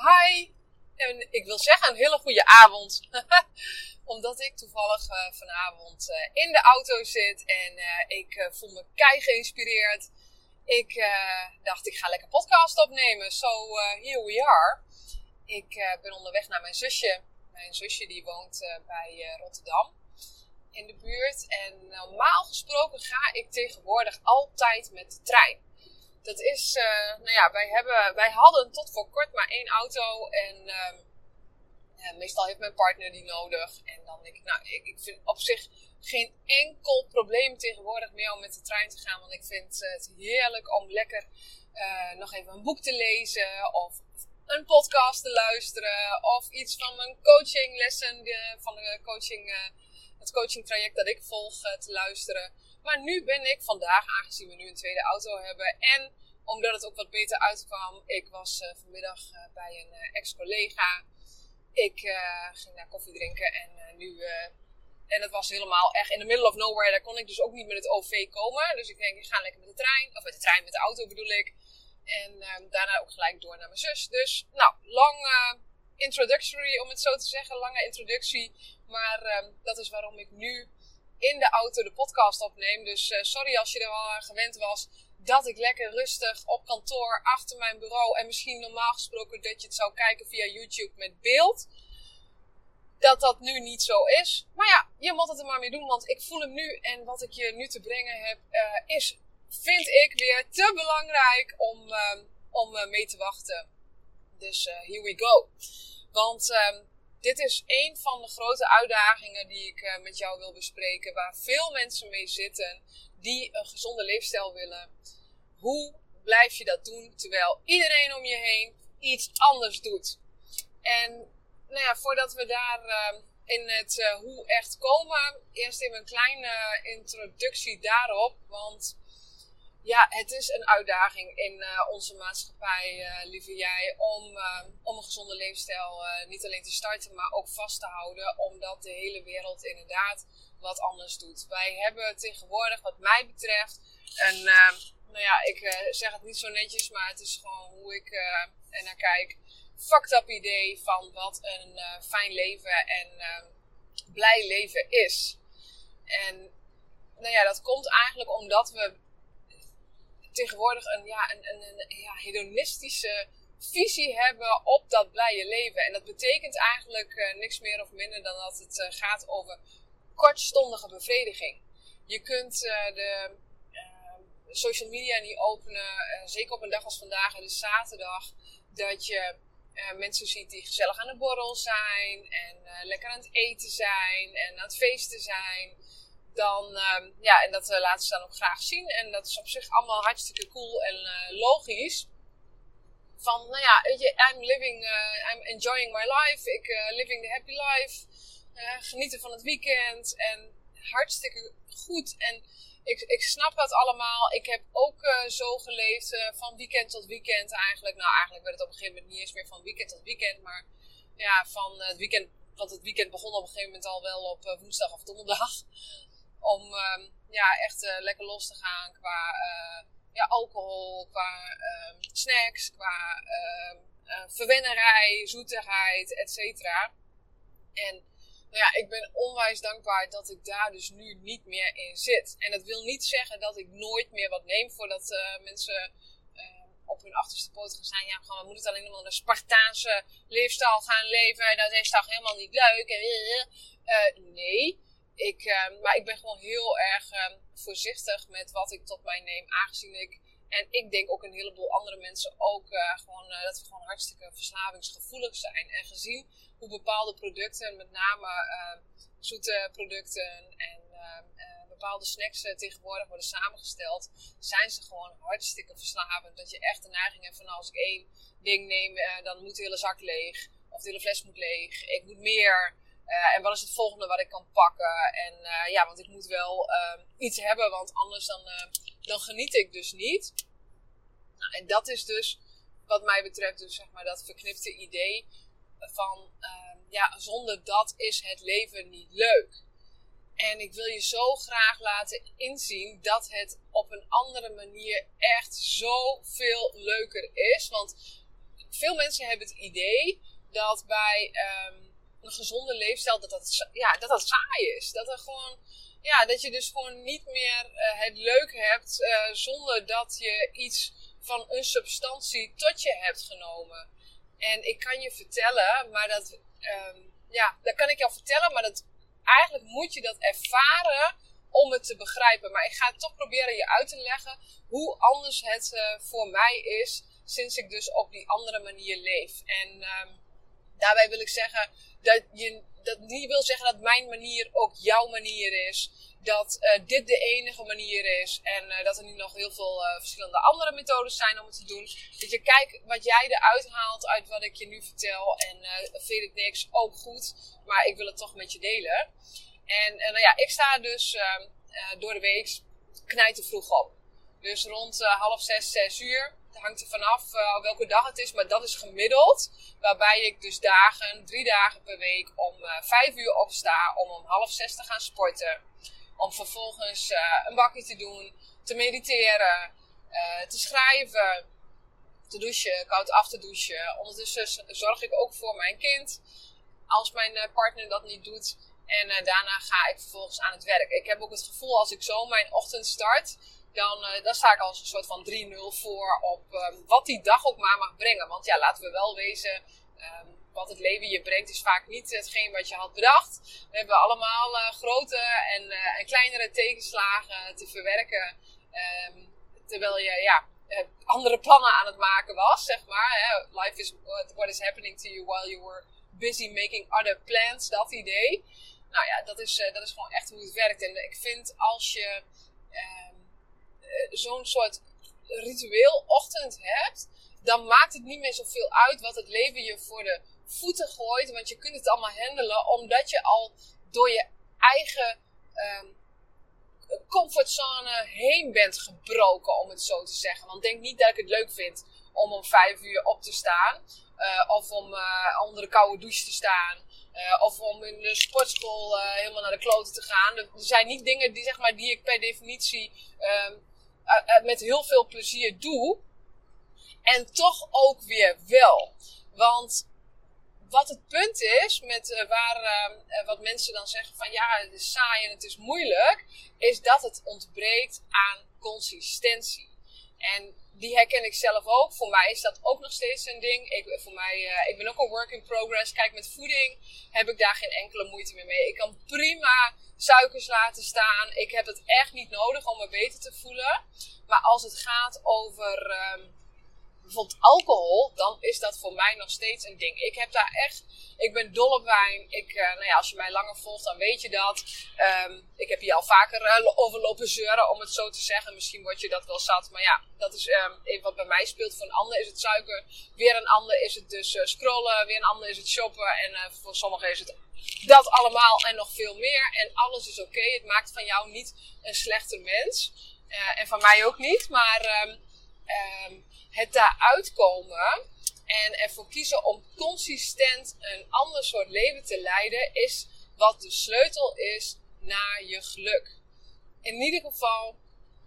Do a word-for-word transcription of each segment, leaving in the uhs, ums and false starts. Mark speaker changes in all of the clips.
Speaker 1: Hi, en ik wil zeggen een hele goede avond. Omdat ik toevallig uh, vanavond uh, in de auto zit en uh, ik uh, voel me kei geïnspireerd. Ik uh, dacht ik ga lekker podcast opnemen, so uh, here we are. Ik uh, ben onderweg naar mijn zusje. Mijn zusje die woont uh, bij uh, Rotterdam in de buurt. En normaal gesproken ga ik tegenwoordig altijd met de trein. Dat is, uh, nou ja, wij, hebben, wij hadden tot voor kort maar één auto en uh, ja, meestal heeft mijn partner die nodig. En dan denk ik, nou, ik, ik vind op zich geen enkel probleem tegenwoordig meer om met de trein te gaan. Want ik vind het heerlijk om lekker uh, nog even een boek te lezen of een podcast te luisteren of iets van mijn coachinglessen, de, van de coaching, uh, het coachingtraject dat ik volg uh, te luisteren. Maar nu ben ik vandaag, aangezien we nu een tweede auto hebben en omdat het ook wat beter uitkwam, ik was uh, vanmiddag uh, bij een uh, ex-collega. Ik uh, ging daar koffie drinken en uh, nu, uh, en het was helemaal echt in the middle of nowhere, daar kon ik dus ook niet met het O V komen. Dus ik denk, ik ga lekker met de trein, of met de trein, met de auto bedoel ik. En uh, daarna ook gelijk door naar mijn zus. Dus, nou, lang uh, introductory, om het zo te zeggen, lange introductie. Maar uh, dat is waarom ik nu in de auto de podcast opneem. Dus uh, sorry als je er al aan gewend was dat ik lekker rustig op kantoor achter mijn bureau en misschien normaal gesproken dat je het zou kijken via YouTube met beeld. Dat dat nu niet zo is. Maar ja, je moet het er maar mee doen, want ik voel hem nu en wat ik je nu te brengen heb uh, is, vind ik weer te belangrijk om, uh, om uh, mee te wachten. Dus uh, here we go. Want uh, dit is een van de grote uitdagingen die ik uh, met jou wil bespreken. Waar veel mensen mee zitten die een gezonde leefstijl willen. Hoe blijf je dat doen terwijl iedereen om je heen iets anders doet? En nou ja, voordat we daar uh, in het uh, hoe echt komen, eerst even een kleine introductie daarop. Want ja, het is een uitdaging in uh, onze maatschappij, uh, lieve jij, om, uh, om een gezonde leefstijl uh, niet alleen te starten, maar ook vast te houden. Omdat de hele wereld inderdaad wat anders doet. Wij hebben tegenwoordig, wat mij betreft, een, uh, nou ja, ik uh, zeg het niet zo netjes, maar het is gewoon hoe ik uh, er naar kijk. Fucked up idee van wat een uh, fijn leven en uh, blij leven is. En nou ja, dat komt eigenlijk omdat we tegenwoordig een, ja, een, een, een ja, hedonistische visie hebben op dat blije leven. En dat betekent eigenlijk uh, niks meer of minder dan dat het uh, gaat over kortstondige bevrediging. Je kunt uh, de uh, social media niet openen, uh, zeker op een dag als vandaag, het is zaterdag, dat je uh, mensen ziet die gezellig aan de borrel zijn en uh, lekker aan het eten zijn en aan het feesten zijn. Dan, uh, ja, en dat uh, laten ze dan ook graag zien. En dat is op zich allemaal hartstikke cool en uh, logisch. Van, nou ja, weet je, I'm living, uh, I'm enjoying my life. Ik uh, living the happy life. Uh, genieten van het weekend. En hartstikke goed. En ik, ik snap dat allemaal. Ik heb ook uh, zo geleefd uh, van weekend tot weekend eigenlijk. Nou, eigenlijk werd het op een gegeven moment niet eens meer van weekend tot weekend. Maar ja, van uh, het weekend. Want het weekend begon op een gegeven moment al wel op uh, woensdag of donderdag. Om um, ja, echt uh, lekker los te gaan qua uh, ja, alcohol, qua uh, snacks, qua uh, uh, verwennerij, zoetigheid, et cetera. En nou ja, ik ben onwijs dankbaar dat ik daar dus nu niet meer in zit. En dat wil niet zeggen dat ik nooit meer wat neem voordat uh, mensen uh, op hun achterste poot gaan staan. Ja, gewoon, we moeten het alleen maar een Spartaanse leefstijl gaan leven. Dat is toch helemaal niet leuk? Uh, nee. Ik, uh, maar ik ben gewoon heel erg uh, voorzichtig met wat ik tot mij neem, aangezien ik, en ik denk ook een heleboel andere mensen ook, uh, gewoon, uh, dat we gewoon hartstikke verslavingsgevoelig zijn. En gezien hoe bepaalde producten, met name uh, zoete producten en uh, uh, bepaalde snacks uh, tegenwoordig worden samengesteld, zijn ze gewoon hartstikke verslavend. Dat je echt de neiging hebt van, nou, als ik één ding neem, uh, dan moet de hele zak leeg, of de hele fles moet leeg, ik moet meer. Uh, en wat is het volgende wat ik kan pakken? En uh, ja, want ik moet wel uh, iets hebben, want anders dan, uh, dan geniet ik dus niet. Nou, en dat is dus, wat mij betreft, dus zeg maar dat verknipte idee van, uh, ja, zonder dat is het leven niet leuk. En ik wil je zo graag laten inzien dat het op een andere manier echt zoveel leuker is. Want veel mensen hebben het idee dat bij um, een gezonde leefstijl dat dat, ja, dat dat saai is. Dat, er gewoon, ja, dat je dus gewoon niet meer uh, het leuk hebt uh, zonder dat je iets van een substantie tot je hebt genomen. En ik kan je vertellen, maar dat, um, ja, dat kan ik jou vertellen, maar dat, eigenlijk moet je dat ervaren om het te begrijpen. Maar ik ga het toch proberen je uit te leggen hoe anders het uh, voor mij is sinds ik dus op die andere manier leef. En um, daarbij wil ik zeggen dat je dat niet wil zeggen dat mijn manier ook jouw manier is. Dat uh, dit de enige manier is. En uh, dat er nu nog heel veel uh, verschillende andere methodes zijn om het te doen. Dat je kijkt wat jij eruit haalt uit wat ik je nu vertel. En uh, vind ik niks, ook goed. Maar ik wil het toch met je delen. En uh, nou ja, ik sta dus uh, uh, door de week knijten vroeg op. Dus rond uh, half zes, zes uur. Het hangt er vanaf uh, welke dag het is, maar dat is gemiddeld. Waarbij ik dus dagen, drie dagen per week om uh, vijf uur opsta om om half zes te gaan sporten. Om vervolgens uh, een bakje te doen, te mediteren, uh, te schrijven, te douchen, koud af te douchen. Ondertussen zorg ik ook voor mijn kind, als mijn uh, partner dat niet doet. En uh, daarna ga ik vervolgens aan het werk. Ik heb ook het gevoel als ik zo mijn ochtend start, dan, uh, dan sta ik als een soort van drie nul voor op um, wat die dag ook maar mag brengen. Want ja, laten we wel wezen, um, wat het leven je brengt is vaak niet hetgeen wat je had bedacht. We hebben allemaal uh, grote en, uh, en kleinere tegenslagen te verwerken. Um, terwijl je ja, uh, andere plannen aan het maken was, zeg maar. Hè? Life is what is happening to you while you were busy making other plans, dat idee. Nou ja, dat is, uh, dat is gewoon echt hoe het werkt. En ik vind als je um, uh, zo'n soort ritueel ochtend hebt, dan maakt het niet meer zoveel uit wat het leven je voor de voeten gooit. Want je kunt het allemaal handelen, omdat je al door je eigen um, comfortzone heen bent gebroken, om het zo te zeggen. Want denk niet dat ik het leuk vind om om vijf uur op te staan. Uh, of om uh, onder de koude douche te staan. Uh, of om in de sportschool uh, helemaal naar de kloten te gaan. Er zijn niet dingen die, zeg maar, die ik per definitie uh, uh, uh, met heel veel plezier doe. En toch ook weer wel. Want wat het punt is, met uh, waar uh, wat mensen dan zeggen van ja, het is saai en het is moeilijk, is dat het ontbreekt aan consistentie. En die herken ik zelf ook. Voor mij is dat ook nog steeds een ding. Ik, voor mij, uh, ik ben ook een work in progress. Kijk, met voeding heb ik daar geen enkele moeite meer mee. Ik kan prima suikers laten staan. Ik heb het echt niet nodig om me beter te voelen. Maar als het gaat over um, bijvoorbeeld alcohol, dan is dat voor mij nog steeds een ding. Ik heb daar echt, ik ben dol op wijn. Ik, uh, nou ja, als je mij langer volgt, dan weet je dat. Um, ik heb hier al vaker uh, over lopen zeuren, om het zo te zeggen. Misschien word je dat wel zat, maar ja, dat is um, wat bij mij speelt. Voor een ander is het suiker, weer een ander is het dus uh, scrollen, weer een ander is het shoppen. En uh, voor sommigen is het dat allemaal en nog veel meer. En alles is oké. Okay. Het maakt van jou niet een slechte mens. Uh, en van mij ook niet, maar um, um, het daaruit komen en ervoor kiezen om consistent een ander soort leven te leiden, is wat de sleutel is naar je geluk. In ieder geval,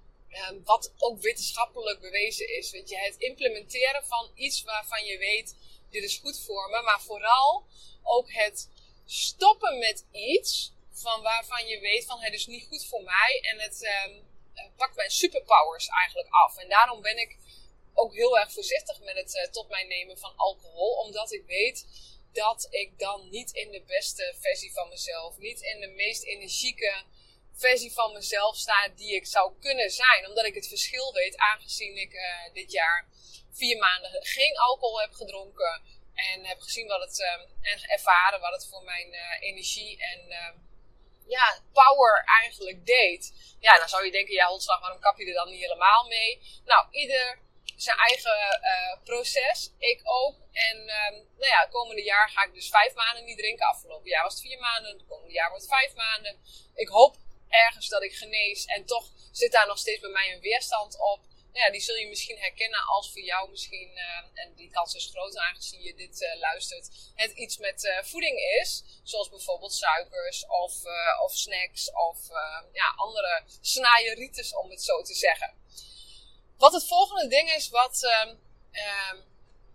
Speaker 1: um, wat ook wetenschappelijk bewezen is. Weet je, het implementeren van iets waarvan je weet, dit is goed voor me, maar vooral ook het stoppen met iets van waarvan je weet van het is niet goed voor mij en het um, pakt mijn superpowers eigenlijk af. En daarom ben ik ook heel erg voorzichtig met het uh, tot mij nemen van alcohol. Omdat ik weet dat ik dan niet in de beste versie van mezelf, niet in de meest energieke versie van mezelf sta die ik zou kunnen zijn. Omdat ik het verschil weet, aangezien ik uh, dit jaar vier maanden geen alcohol heb gedronken. En heb gezien wat het, uh, en ervaren wat het voor mijn uh, energie en uh, ja, power eigenlijk deed. Ja, dan zou je denken, ja, Holtslag, waarom kap je er dan niet helemaal mee? Nou, ieder zijn eigen uh, proces. Ik ook. En um, nou ja, het komende jaar ga ik dus vijf maanden niet drinken. Afgelopen jaar was het vier maanden. Het komende jaar wordt het vijf maanden. Ik hoop ergens dat ik genees. En toch zit daar nog steeds bij mij een weerstand op. Nou ja, die zul je misschien herkennen als voor jou misschien, uh, en die kans is groot aangezien je dit uh, luistert, het iets met uh, voeding is. Zoals bijvoorbeeld suikers of, uh, of snacks of uh, ja, andere snaaieritis, om het zo te zeggen. Wat het volgende ding is wat, um, um,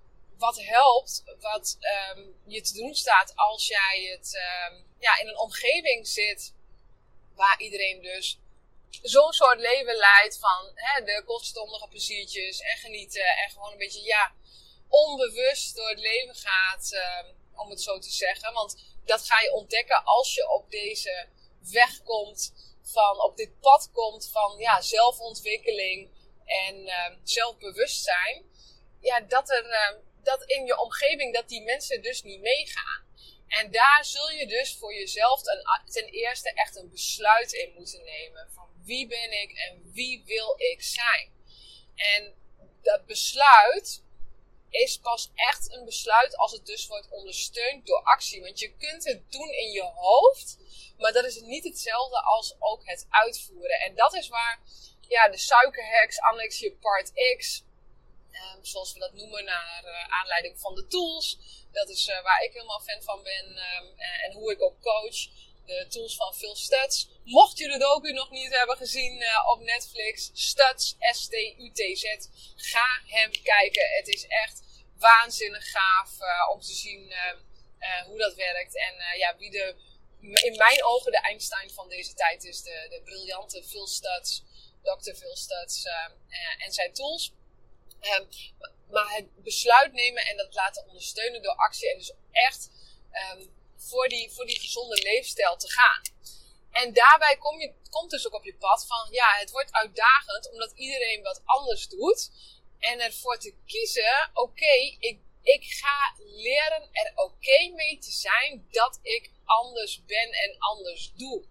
Speaker 1: wat helpt, wat um, je te doen staat als jij het, um, ja, in een omgeving zit waar iedereen dus zo'n soort leven leidt van hè, de kortstondige pleziertjes en genieten en gewoon een beetje ja, onbewust door het leven gaat, um, om het zo te zeggen. Want dat ga je ontdekken als je op deze weg komt, van, op dit pad komt van ja, zelfontwikkeling en um, zelfbewustzijn. Ja, dat er um, dat in je omgeving dat die mensen dus niet meegaan. En daar zul je dus voor jezelf ten, ten eerste echt een besluit in moeten nemen. Van wie ben ik en wie wil ik zijn? En dat besluit is pas echt een besluit als het dus wordt ondersteund door actie. Want je kunt het doen in je hoofd, maar dat is niet hetzelfde als ook het uitvoeren. En dat is waar ja, de suikerhacks, Annexje Part X, um, zoals we dat noemen naar uh, aanleiding van de tools. Dat is uh, waar ik helemaal fan van ben um, en hoe ik ook coach. De tools van Phil Stutz. Mocht je de docu nog niet hebben gezien uh, op Netflix, Stutz, S T U T Z, ga hem kijken. Het is echt waanzinnig gaaf uh, om te zien uh, uh, hoe dat werkt. En uh, ja, wie de, in mijn ogen de Einstein van deze tijd is, de, de briljante Phil Stutz, dokter Phil Stutz uh, uh, en zijn tools. Um, maar het besluit nemen en dat laten ondersteunen door actie en dus echt um, voor, die, voor die gezonde leefstijl te gaan. En daarbij kom je, komt dus ook op je pad van ja, het wordt uitdagend omdat iedereen wat anders doet. En ervoor te kiezen, oké, okay, ik, ik ga leren er oké okay mee te zijn dat ik anders ben en anders doe.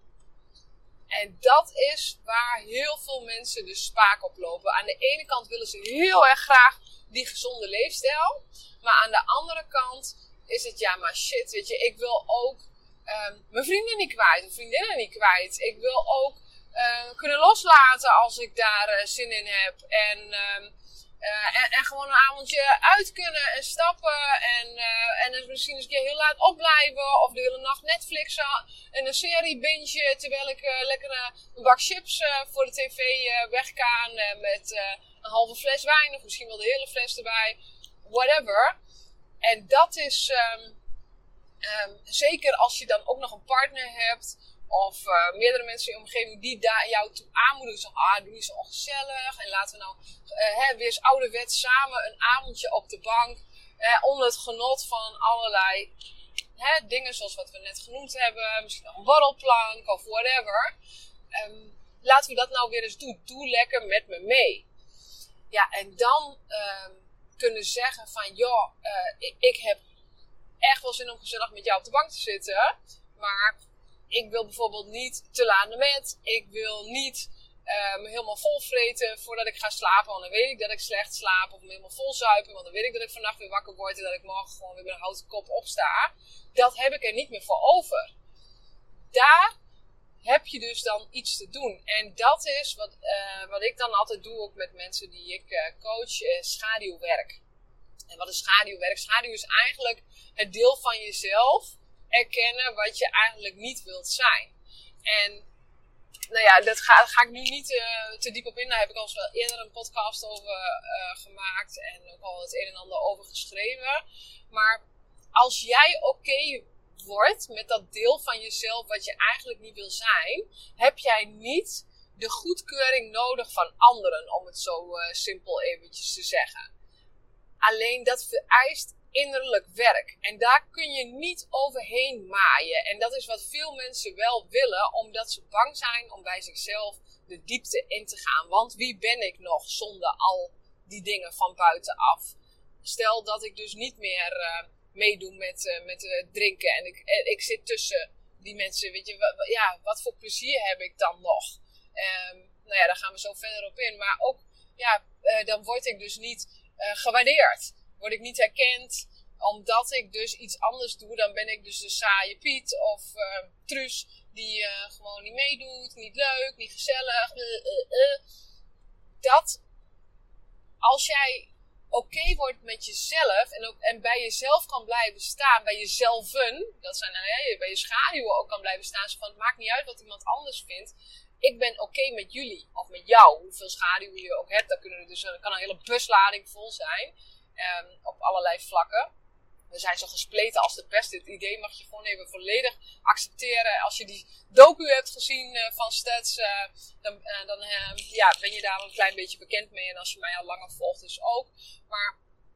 Speaker 1: En dat is waar heel veel mensen dus spaak op lopen. Aan de ene kant willen ze heel erg graag die gezonde leefstijl. Maar aan de andere kant is het ja, maar shit, weet je, ik wil ook um, mijn vrienden niet kwijt, mijn vriendinnen niet kwijt. Ik wil ook uh, kunnen loslaten als ik daar uh, zin in heb. En, um, uh, en, en gewoon een avondje uit kunnen en stappen. En, uh, en misschien eens een keer heel laat opblijven. Of de hele nacht Netflixen en een serie bingen. Terwijl ik uh, lekker uh, een bak chips uh, voor de tv uh, wegkaan. Uh, met uh, een halve fles wijn of misschien wel de hele fles erbij. Whatever. En dat is um, um, zeker als je dan ook nog een partner hebt. Of uh, meerdere mensen in je omgeving die daar jou toe aanmoedigen. Zo, ah, doe niet zo ongezellig. En laten we nou uh, hè, weer eens ouderwets samen een avondje op de bank. Uh, onder het genot van allerlei hè, dingen zoals wat we net genoemd hebben. Misschien nog een borrelplank of whatever. Um, laten we dat nou weer eens doen. Doe lekker met me mee. Ja, en dan um, kunnen zeggen van, joh, uh, ik, ik heb echt wel zin om gezellig met jou op de bank te zitten. Maar ik wil bijvoorbeeld niet te laat naar bed. Ik wil niet uh, me helemaal vol vreten voordat ik ga slapen. Want dan weet ik dat ik slecht slaap. Of me helemaal vol zuipen. Want dan weet ik dat ik vannacht weer wakker word. En dat ik morgen gewoon weer met een houten kop opsta. Dat heb ik er niet meer voor over. Daar heb je dus dan iets te doen. En dat is wat, uh, wat ik dan altijd doe. Ook met mensen die ik uh, coach. Uh, schaduwwerk. En wat is schaduwwerk? Schaduw is eigenlijk het deel van jezelf erkennen wat je eigenlijk niet wilt zijn. En nou ja, dat ga, ga ik nu niet uh, te diep op in. Daar heb ik al eens wel eerder een podcast over uh, gemaakt. En ook al het een en ander over geschreven. Maar als jij oké okay wordt met dat deel van jezelf wat je eigenlijk niet wil zijn, heb jij niet de goedkeuring nodig van anderen, om het zo uh, simpel eventjes te zeggen. Alleen dat vereist innerlijk werk. En daar kun je niet overheen maaien. En dat is wat veel mensen wel willen, omdat ze bang zijn om bij zichzelf de diepte in te gaan. Want wie ben ik nog zonder al die dingen van buitenaf? Stel dat ik dus niet meer uh, meedoe met, uh, met uh, drinken en ik, en ik zit tussen die mensen. Weet je, w- ja, wat voor plezier heb ik dan nog? Um, nou ja, daar gaan we zo verder op in. Maar ook, ja, uh, dan word ik dus niet Uh, gewaardeerd. Word ik niet herkend. Omdat ik dus iets anders doe. Dan ben ik dus de saaie Piet. Of uh, Truus. Die uh, gewoon niet meedoet. Niet leuk. Niet gezellig. Uh, uh, uh. Dat. Als jij oké okay wordt met jezelf. En, ook, en bij jezelf kan blijven staan. Bij jezelfen. Dat zijn uh, bij je schaduwen ook kan blijven staan. Zo van, het maakt niet uit wat iemand anders vindt. Ik ben oké okay met jullie, of met jou, hoeveel schaduwen je ook hebt. Dan kunnen er dus, er kan een hele buslading vol zijn. Um, op allerlei vlakken. We zijn zo gespleten als de pest. Dit idee mag je gewoon even volledig accepteren. Als je die docu hebt gezien uh, van Stats, uh, dan, uh, dan uh, ja, ben je daar wel een klein beetje bekend mee. En als je mij al langer volgt, dus ook. Maar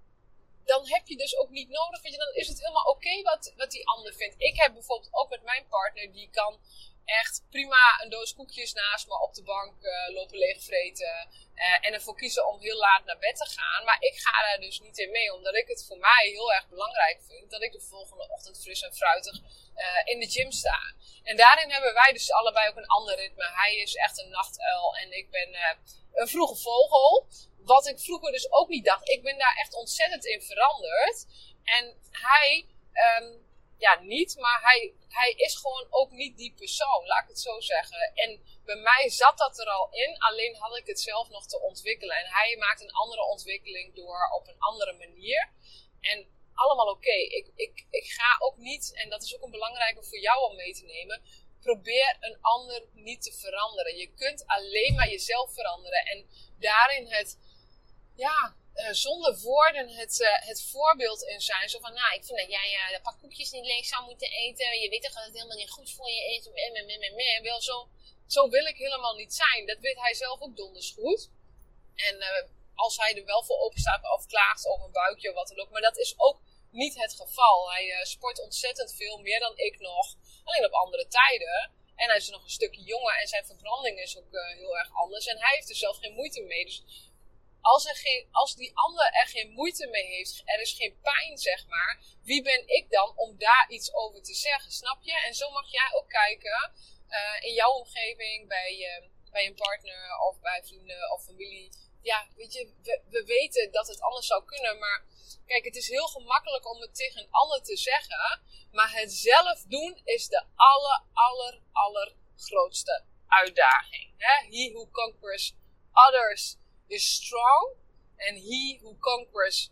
Speaker 1: dan heb je dus ook niet nodig. Weet je, dan is het helemaal oké okay wat, wat die ander vindt. Ik heb bijvoorbeeld ook met mijn partner, die kan echt prima een doos koekjes naast me op de bank uh, lopen leegvreten. Uh, en ervoor kiezen om heel laat naar bed te gaan. Maar ik ga daar dus niet in mee. Omdat ik het voor mij heel erg belangrijk vind. Dat ik de volgende ochtend fris en fruitig uh, in de gym sta. En daarin hebben wij dus allebei ook een ander ritme. Hij is echt een nachtuil. En ik ben uh, een vroege vogel. Wat ik vroeger dus ook niet dacht. Ik ben daar echt ontzettend in veranderd. En hij... Um, Ja, niet, maar hij, hij is gewoon ook niet die persoon, laat ik het zo zeggen. En bij mij zat dat er al in, alleen had ik het zelf nog te ontwikkelen. En hij maakt een andere ontwikkeling door op een andere manier. En allemaal oké. Okay. Ik, ik, ik ga ook niet, en dat is ook een belangrijke voor jou om mee te nemen, probeer een ander niet te veranderen. Je kunt alleen maar jezelf veranderen. En daarin het, ja... Uh, zonder woorden het, uh, het voorbeeld in zijn. Zo van, nou, ik vind dat jij uh, een paar koekjes niet leeg zou moeten eten. Je weet toch dat het helemaal niet goed voor je is. En, en, en, en. Wel, zo, zo wil ik helemaal niet zijn. Dat weet hij zelf ook donders goed. En uh, als hij er wel voor open staat of klaagt over een buikje of wat dan ook. Maar dat is ook niet het geval. Hij uh, sport ontzettend veel, meer dan ik nog. Alleen op andere tijden. En hij is nog een stukje jonger en zijn verbranding is ook uh, heel erg anders. En hij heeft er zelf geen moeite mee. Dus Als, er geen, als die ander er geen moeite mee heeft, er is geen pijn, zeg maar. Wie ben ik dan om daar iets over te zeggen, snap je? En zo mag jij ook kijken uh, in jouw omgeving, bij, uh, bij een partner of bij vrienden of familie. Ja, weet je, we, we weten dat het anders zou kunnen, maar kijk, het is heel gemakkelijk om het tegen een ander te zeggen. Maar het zelf doen is de aller, aller, aller grootste uitdaging. Hè? He who conquers others is strong, and he who conquers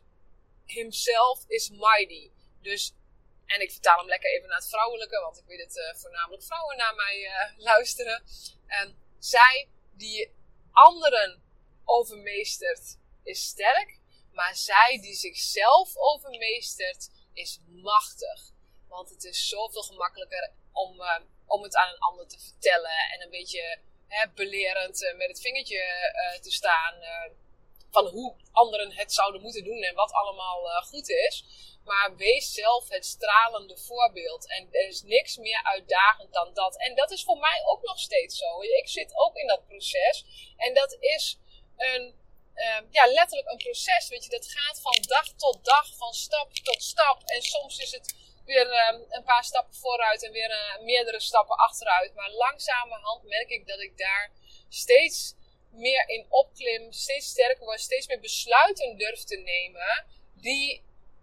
Speaker 1: himself is mighty. Dus, en ik vertaal hem lekker even naar het vrouwelijke, want ik weet dat uh, voornamelijk vrouwen naar mij uh, luisteren. En zij die anderen overmeestert is sterk, maar zij die zichzelf overmeestert is machtig. Want het is zoveel gemakkelijker om, uh, om het aan een ander te vertellen en een beetje He, belerend uh, met het vingertje uh, te staan uh, van hoe anderen het zouden moeten doen en wat allemaal uh, goed is. Maar wees zelf het stralende voorbeeld. En er is niks meer uitdagend dan dat. En dat is voor mij ook nog steeds zo. Ik zit ook in dat proces. En dat is een, uh, ja, letterlijk een proces. Weet je, dat gaat van dag tot dag, van stap tot stap. En soms is het weer um, een paar stappen vooruit en weer uh, meerdere stappen achteruit. Maar langzamerhand merk ik dat ik daar steeds meer in opklim, steeds sterker word, steeds meer besluiten durf te nemen die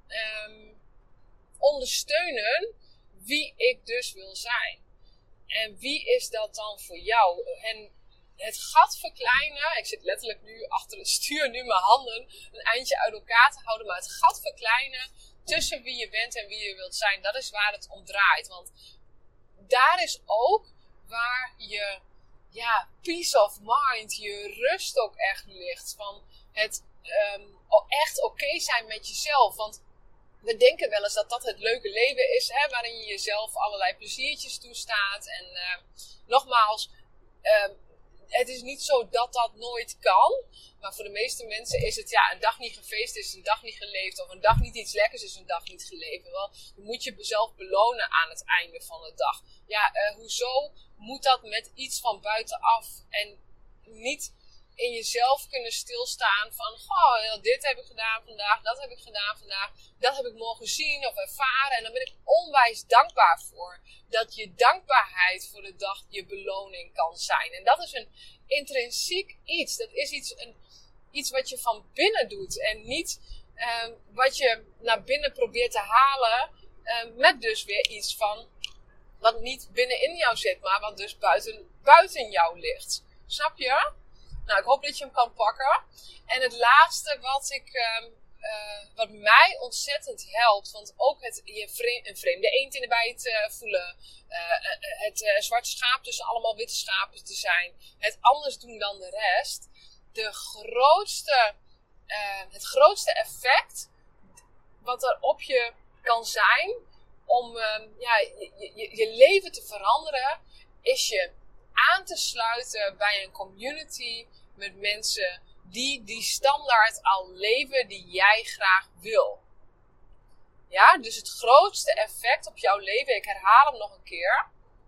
Speaker 1: um, ondersteunen wie ik dus wil zijn. En wie is dat dan voor jou? En het gat verkleinen, ik zit letterlijk nu achter het stuur, nu mijn handen een eindje uit elkaar te houden, maar het gat verkleinen tussen wie je bent en wie je wilt zijn, dat is waar het om draait. Want daar is ook waar je ja, peace of mind, je rust ook echt ligt. Van het um, echt oké okay zijn met jezelf. Want we denken wel eens dat dat het leuke leven is, hè, waarin je jezelf allerlei pleziertjes toestaat. En uh, nogmaals, uh, het is niet zo dat dat nooit kan. Maar voor de meeste mensen is het, ja, een dag niet gefeest is een dag niet geleefd. Of een dag niet iets lekkers is een dag niet geleefd. Wel, je moet je zelf belonen aan het einde van de dag. Ja, uh, hoezo moet dat met iets van buitenaf? En niet in jezelf kunnen stilstaan van, goh, dit heb ik gedaan vandaag, dat heb ik gedaan vandaag, dat heb ik mogen zien of ervaren. En daar ben ik onwijs dankbaar voor. Dat je dankbaarheid voor de dag je beloning kan zijn. En dat is een intrinsiek iets. Dat is iets, een, iets wat je van binnen doet. En niet uh, wat je naar binnen probeert te halen. Uh, met dus weer iets van wat niet binnenin jou zit, maar wat dus buiten, buiten jou ligt. Snap je? Nou, ik hoop dat je hem kan pakken. En het laatste wat ik, uh, uh, wat mij ontzettend helpt, want ook het je vreemde, een vreemde eend in de bijt uh, voelen, uh, uh, het uh, zwarte schaap tussen allemaal witte schapen te zijn, het anders doen dan de rest, de grootste, uh, het grootste effect wat er op je kan zijn om uh, ja, je, je, je leven te veranderen, is je aan te sluiten bij een community met mensen die die standaard al leven die jij graag wil. Ja, dus het grootste effect op jouw leven, ik herhaal hem nog een keer.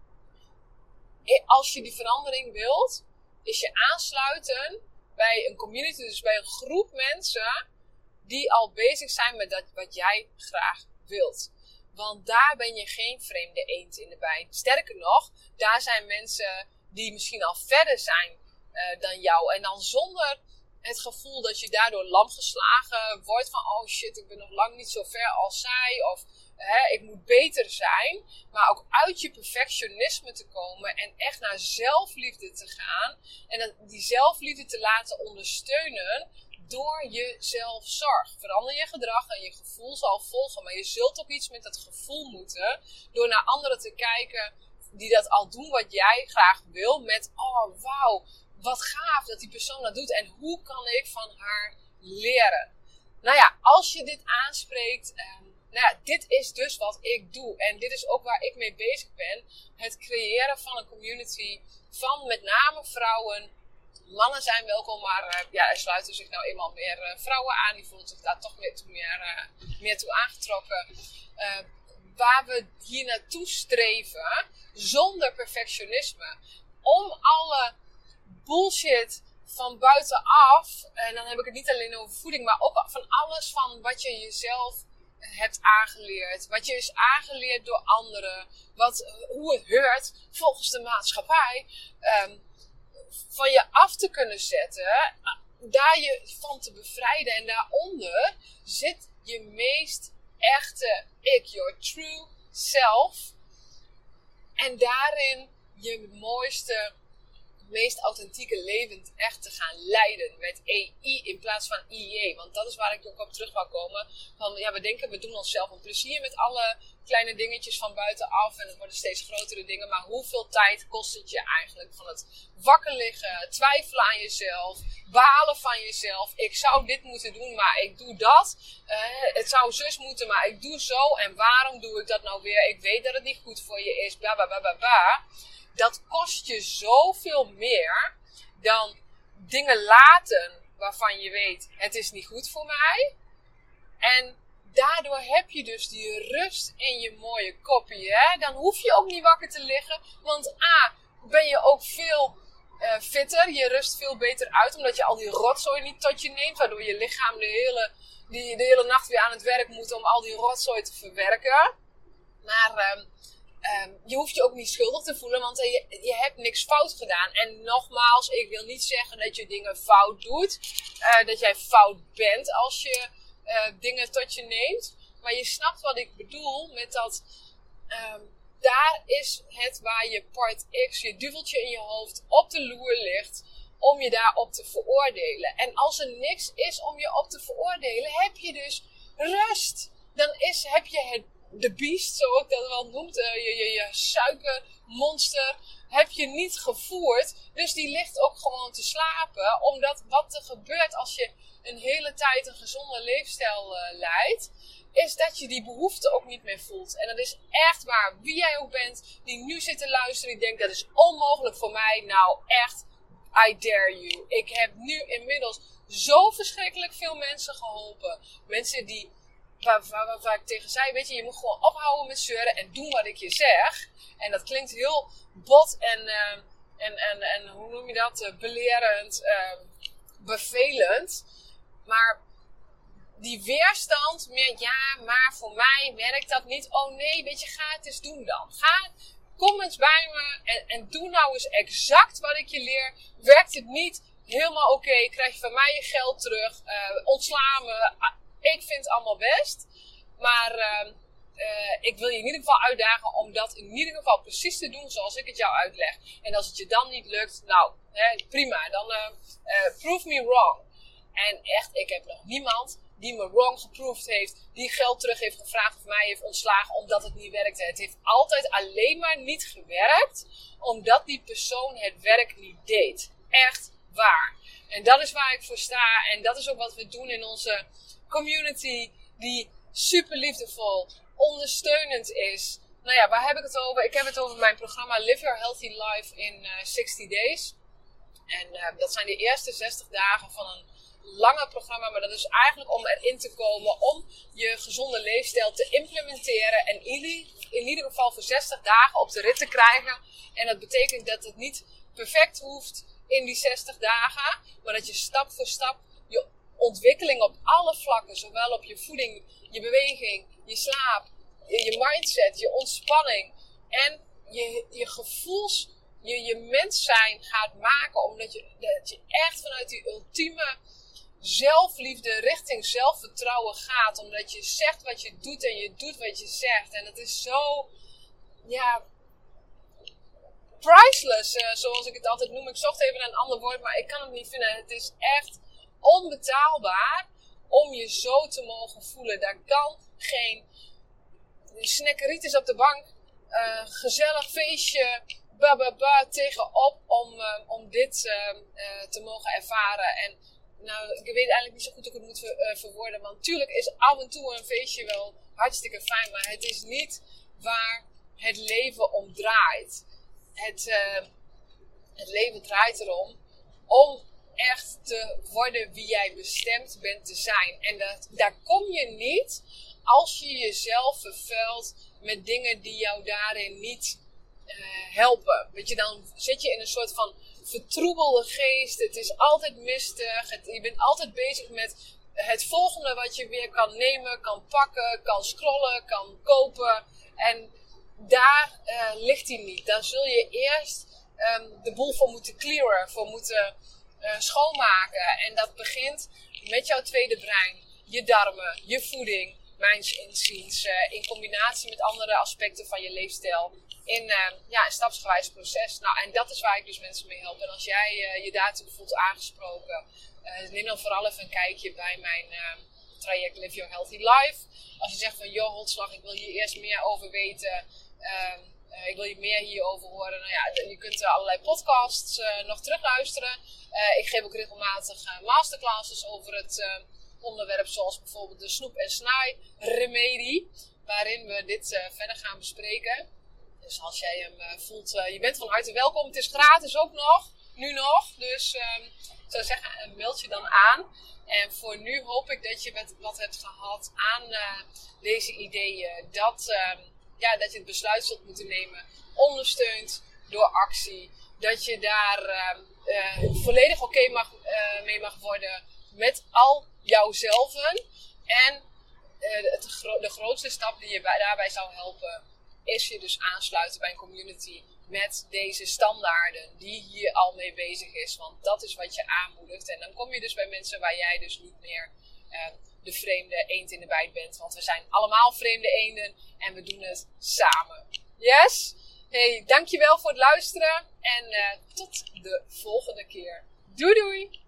Speaker 1: Als je die verandering wilt, is je aansluiten bij een community, dus bij een groep mensen die al bezig zijn met dat wat jij graag wilt. Want daar ben je geen vreemde eend in de bijt. Sterker nog, daar zijn mensen die misschien al verder zijn uh, dan jou. En dan zonder het gevoel dat je daardoor lam geslagen wordt van oh shit, ik ben nog lang niet zo ver als zij. Of hè, ik moet beter zijn. Maar ook uit je perfectionisme te komen en echt naar zelfliefde te gaan. En dat, die zelfliefde te laten ondersteunen door je zelfzorg. Verander je gedrag en je gevoel zal volgen. Maar je zult ook iets met dat gevoel moeten. Door naar anderen te kijken die dat al doen wat jij graag wil. Met oh wauw, wat gaaf dat die persoon dat doet. En hoe kan ik van haar leren? Nou ja, als je dit aanspreekt. Um, nou ja, dit is dus wat ik doe. En dit is ook waar ik mee bezig ben. Het creëren van een community van met name vrouwen. Mannen zijn welkom, maar uh, ja, er sluiten zich nou eenmaal meer uh, vrouwen aan. Die voelen zich daar toch meer toe, meer, uh, meer toe aangetrokken. Uh, waar we hier naartoe streven, zonder perfectionisme. Om alle bullshit van buitenaf, en dan heb ik het niet alleen over voeding, maar ook van alles van wat je jezelf hebt aangeleerd. Wat je is aangeleerd door anderen. Wat, hoe het hoort volgens de maatschappij. Um, van je af te kunnen zetten, daar je van te bevrijden. En daaronder zit je meest echte ik, your true self. En daarin je mooiste, meest authentieke leven echt te gaan leiden. Met E I in plaats van I J. Want dat is waar ik ook op terug wou komen. Van, ja, we denken, we doen onszelf een plezier met alle kleine dingetjes van buitenaf. En het worden steeds grotere dingen. Maar hoeveel tijd kost het je eigenlijk van het wakker liggen, twijfelen aan jezelf, balen van jezelf. Ik zou dit moeten doen, maar ik doe dat. Uh, het zou zus moeten, maar ik doe zo. En waarom doe ik dat nou weer? Ik weet dat het niet goed voor je is. Bla, bla, bla, bla, bla. Dat kost je zoveel meer dan dingen laten waarvan je weet, het is niet goed voor mij. En daardoor heb je dus die rust in je mooie kopje. Hè? Dan hoef je ook niet wakker te liggen. Want A, ben je ook veel uh, fitter. Je rust veel beter uit. Omdat je al die rotzooi niet tot je neemt. Waardoor je lichaam de hele, die, de hele nacht weer aan het werk moet om al die rotzooi te verwerken. Maar um, um, je hoeft je ook niet schuldig te voelen. Want uh, je, je hebt niks fout gedaan. En nogmaals, ik wil niet zeggen dat je dingen fout doet. Uh, dat jij fout bent als je Uh, dingen tot je neemt. Maar je snapt wat ik bedoel met dat um, daar is het waar je part X, je duveltje in je hoofd, op de loer ligt om je daarop te veroordelen. En als er niks is om je op te veroordelen, heb je dus rust. Dan is, heb je het, de beest, zo ik dat wel noemt, uh, je, je, je suikermonster, heb je niet gevoerd. Dus die ligt ook gewoon te slapen. Omdat wat er gebeurt als je een hele tijd een gezonde leefstijl uh, leidt, is dat je die behoefte ook niet meer voelt. En dat is echt waar. Wie jij ook bent, die nu zit te luisteren, die denkt dat is onmogelijk voor mij. Nou echt, I dare you. Ik heb nu inmiddels zo verschrikkelijk veel mensen geholpen. Mensen die, waar, waar, waar, waar ik tegen zei, weet je, je moet gewoon ophouden met zeuren en doen wat ik je zeg. En dat klinkt heel bot en, uh, en, en, en hoe noem je dat, uh, belerend, uh, bevelend. Maar die weerstand met ja, maar voor mij werkt dat niet. Oh nee, weet je, ga het eens doen dan. Ga, kom eens bij me en, en doe nou eens exact wat ik je leer. Werkt het niet? Helemaal oké. Okay. Krijg je van mij je geld terug. Uh, ontsla me. Ik vind het allemaal best. Maar uh, uh, ik wil je in ieder geval uitdagen om dat in ieder geval precies te doen zoals ik het jou uitleg. En als het je dan niet lukt, nou hè, prima. Dan uh, uh, prove me wrong. En echt, ik heb nog niemand die me wrong geproved heeft, die geld terug heeft gevraagd of mij heeft ontslagen omdat het niet werkte. Het heeft altijd alleen maar niet gewerkt, omdat die persoon het werk niet deed. Echt waar. En dat is waar ik voor sta. En dat is ook wat we doen in onze community, die super liefdevol, ondersteunend is. Nou ja, waar heb ik het over? Ik heb het over mijn programma Live Your Healthy Life in uh, zestig days. En uh, dat zijn de eerste zestig dagen van een lange programma. Maar dat is eigenlijk om erin te komen, om je gezonde leefstijl te implementeren. En in ieder geval voor zestig dagen op de rit te krijgen. En dat betekent dat het niet perfect hoeft in die zestig dagen. Maar dat je stap voor stap je ontwikkeling op alle vlakken, zowel op je voeding, je beweging, je slaap, je, je mindset, je ontspanning en je, je gevoels, je, je mens zijn gaat maken. Omdat je, dat je echt vanuit die ultieme zelfliefde richting zelfvertrouwen gaat. Omdat je zegt wat je doet en je doet wat je zegt. En dat is zo, ja, priceless, uh, zoals ik het altijd noem. Ik zocht even een ander woord, maar ik kan het niet vinden. Het is echt onbetaalbaar om je zo te mogen voelen. Daar kan geen snackeritis op de bank, uh, gezellig feestje, bababa, tegenop om, uh, om dit uh, uh, te mogen ervaren. En nou, ik weet eigenlijk niet zo goed hoe ik het moet ver, uh, verwoorden. Want natuurlijk is af en toe een feestje wel hartstikke fijn, maar het is niet waar het leven om draait. Het, uh, het leven draait erom om echt te worden wie jij bestemd bent te zijn. En dat, daar kom je niet als je jezelf vervuilt met dingen die jou daarin niet uh, helpen. Weet je, dan zit je in een soort van vertroebelde geest. Het is altijd mistig. Het, je bent altijd bezig met het volgende wat je weer kan nemen, kan pakken, kan scrollen, kan kopen. En daar uh, ligt hij niet. Daar zul je eerst um, de boel voor moeten clearen, voor moeten uh, schoonmaken. En dat begint met jouw tweede brein, je darmen, je voeding, mijns inziens, uh, in combinatie met andere aspecten van je leefstijl. In uh, ja, een stapsgewijs proces. Nou, en dat is waar ik dus mensen mee help. En als jij uh, je daartoe voelt aangesproken, uh, neem dan vooral even een kijkje bij mijn uh, traject Live Your Healthy Life. Als je zegt van, joh Holtslag, ik wil hier eerst meer over weten. Uh, uh, ik wil je meer hierover horen. Nou ja, je kunt uh, allerlei podcasts uh, nog terugluisteren. Uh, ik geef ook regelmatig uh, masterclasses over het uh, onderwerp, zoals bijvoorbeeld de snoep- en snij-remedie. Waarin we dit uh, verder gaan bespreken. Dus als jij hem uh, voelt, uh, je bent van harte welkom. Het is gratis ook nog, nu nog. Dus um, ik zou zeggen, uh, meld je dan aan. En voor nu hoop ik dat je wat, wat hebt gehad aan uh, deze ideeën. Dat, uh, ja, dat je het besluit zult moeten nemen. Ondersteund door actie. Dat je daar uh, uh, volledig oké okay mag, uh, mee mag worden met al jouzelven. En uh, het, de grootste stap die je bij, daarbij zou helpen, is je dus aansluiten bij een community met deze standaarden die hier al mee bezig is. Want dat is wat je aanmoedigt. En dan kom je dus bij mensen waar jij dus niet meer uh, de vreemde eend in de bijt bent. Want we zijn allemaal vreemde eenden en we doen het samen. Yes? Hey, dankjewel voor het luisteren en uh, tot de volgende keer. Doei doei!